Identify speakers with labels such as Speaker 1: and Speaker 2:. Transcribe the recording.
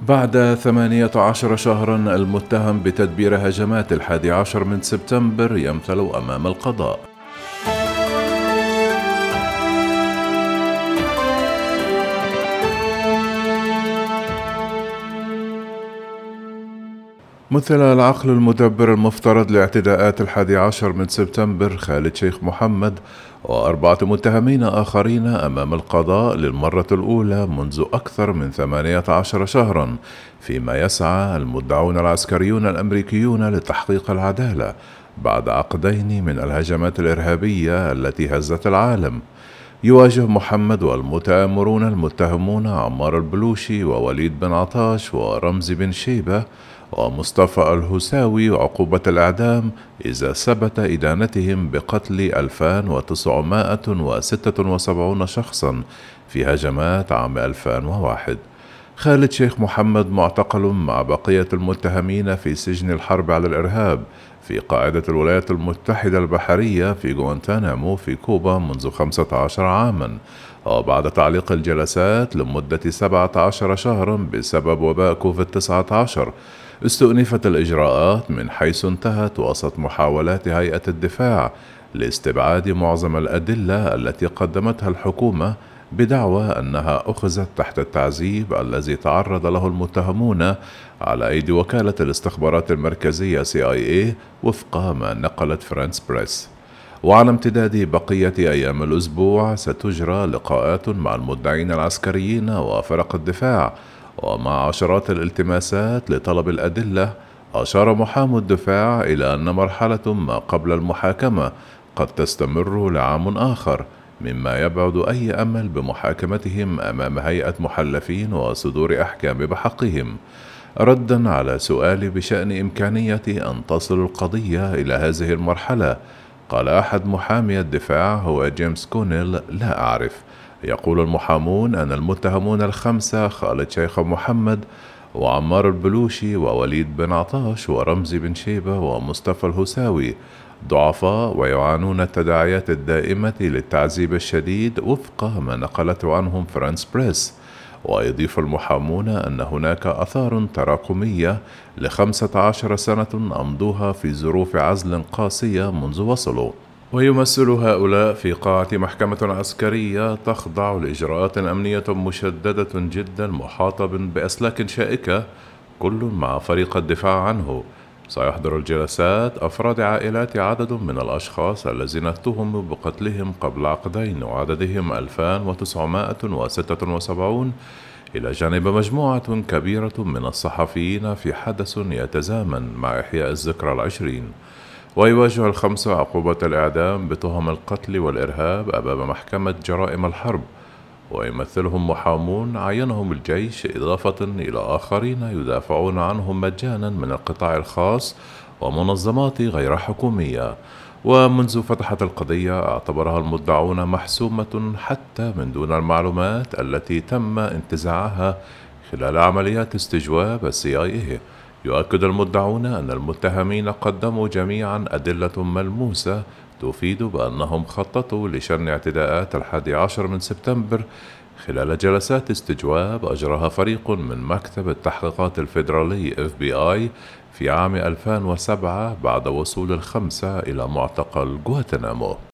Speaker 1: بعد 18 شهرا المتهم بتدبير هجمات 11 من سبتمبر يمثل أمام القضاء. مثل العقل المدبر المفترض لاعتداءات 11 من سبتمبر خالد شيخ محمد وأربعة متهمين آخرين أمام القضاء للمرة الأولى منذ أكثر من 18 شهرا، فيما يسعى المدعون العسكريون الأمريكيون لتحقيق العدالة بعد عقدين من الهجمات الإرهابية التي هزت العالم. يواجه محمد والمتآمرون المتهمون عمار البلوشي ووليد بن عطاش ورمزي بن شيبة ومصطفى الهساوي عقوبة الإعدام إذا ثبت إدانتهم بقتل 2976 شخصا في هجمات عام 2001. خالد شيخ محمد معتقل مع بقية المتهمين في سجن الحرب على الإرهاب في قاعدة الولايات المتحدة البحرية في غوانتانامو في كوبا منذ 15 عاما، وبعد تعليق الجلسات لمدة 17 شهرا بسبب وباء كوفيد-19 استؤنفت الإجراءات من حيث انتهت وسط محاولات هيئة الدفاع لاستبعاد معظم الأدلة التي قدمتها الحكومة بدعوى أنها أخذت تحت التعذيب الذي تعرض له المتهمون على أيدي وكالة الاستخبارات المركزية CIA وفق ما نقلت فرانس بريس. وعلى امتداد بقية أيام الأسبوع ستجرى لقاءات مع المدعين العسكريين وفرق الدفاع ومع عشرات الالتماسات لطلب الأدلة. أشار محامو الدفاع إلى أن مرحلة ما قبل المحاكمة قد تستمر لعام آخر، مما يبعد أي أمل بمحاكمتهم أمام هيئة محلفين وصدور أحكام بحقهم. ردا على سؤال بشأن إمكانية أن تصل القضية إلى هذه المرحلة، قال أحد محامي الدفاع هو جيمس كونيل: لا أعرف. يقول المحامون أن المتهمون الخمسة خالد شيخ محمد وعمار البلوشي ووليد بن عطاش ورمزي بن شيبة ومصطفى الهساوي ضعفاء ويعانون التداعيات الدائمة للتعذيب الشديد وفق ما نقلته عنهم فرانس بريس. ويضيف المحامون أن هناك آثار تراكمية ل15 سنة أمضوها في ظروف عزل قاسية منذ وصلوا. ويمثل هؤلاء في قاعة محكمة عسكرية تخضع لإجراءات أمنية مشددة جدا محاطة بأسلاك شائكة، كل مع فريق الدفاع عنه. سيحضر الجلسات أفراد عائلات عدد من الأشخاص الذين اتهموا بقتلهم قبل عقدين وعددهم 2976، إلى جانب مجموعة كبيرة من الصحفيين في حدث يتزامن مع إحياء الذكرى العشرين. ويواجه الخمسة عقوبة الإعدام بتهم القتل والإرهاب أمام محكمة جرائم الحرب، ويمثلهم محامون عينهم الجيش إضافة إلى آخرين يدافعون عنهم مجانا من القطاع الخاص ومنظمات غير حكومية. ومنذ فتحت القضية اعتبرها المدعون محسومة حتى من دون المعلومات التي تم انتزاعها خلال عمليات استجواب CIA. يؤكد المدعون أن المتهمين قدموا جميعا أدلة ملموسة تفيد بأنهم خططوا لشن اعتداءات 11 من سبتمبر خلال جلسات استجواب أجراها فريق من مكتب التحقيقات الفيدرالي FBI في عام 2007 بعد وصول الخمسة إلى معتقل غوانتانامو.